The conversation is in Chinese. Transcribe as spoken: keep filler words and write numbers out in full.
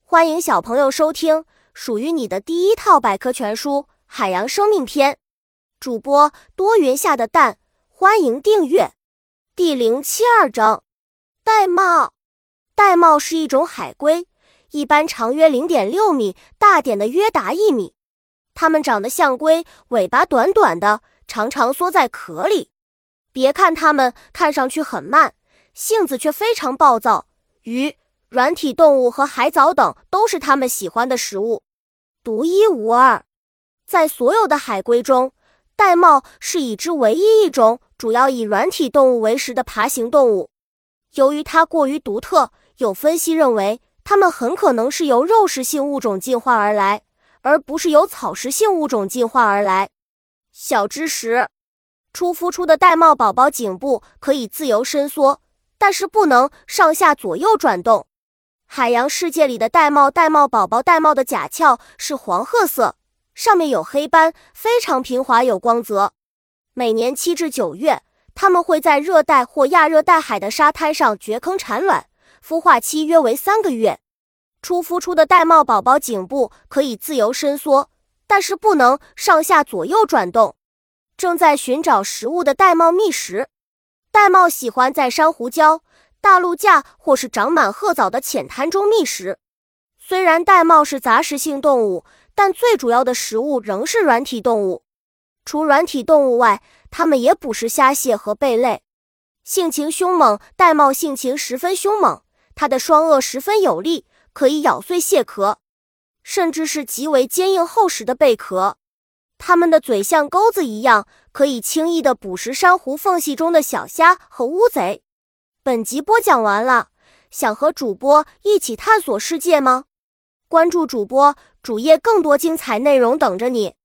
欢迎小朋友收听属于你的第一套百科全书《海洋生命篇》，主播多云下的蛋，欢迎订阅。第零七二章，玳瑁。玳瑁是一种海龟，一般长约 零点六米，大点的约达一米。它们长得像龟，尾巴短短的，常常缩在壳里。别看它们看上去很慢，性子却非常暴躁。鱼、软体动物和海藻等都是它们喜欢的食物，独一无二。在所有的海龟中，玳瑁是已知唯一一种主要以软体动物为食的爬行动物。由于它过于独特，有分析认为它们很可能是由肉食性物种进化而来，而不是由草食性物种进化而来。小知识：初孵出的玳瑁宝宝颈部可以自由伸缩，但是不能上下左右转动。海洋世界里的玳瑁玳瑁宝宝玳瑁的甲壳是黄褐色，上面有黑斑，非常平滑有光泽。每年七至九月，它们会在热带或亚热带海的沙滩上掘坑产卵，孵化期约为三个月。初孵出的玳瑁宝宝颈部可以自由伸缩，但是不能上下左右转动。正在寻找食物的玳瑁觅食。玳瑁喜欢在珊瑚礁、大陆架或是长满褐藻的浅滩中觅食。虽然玳瑁是杂食性动物，但最主要的食物仍是软体动物。除软体动物外，它们也捕食虾蟹和贝类。性情凶猛，玳瑁性情十分凶猛，它的双颚十分有力，可以咬碎蟹壳，甚至是极为坚硬厚实的贝壳。它们的嘴像钩子一样，可以轻易地捕食珊瑚缝隙中的小虾和乌贼。本集播讲完了，想和主播一起探索世界吗？关注主播主页，更多精彩内容等着你。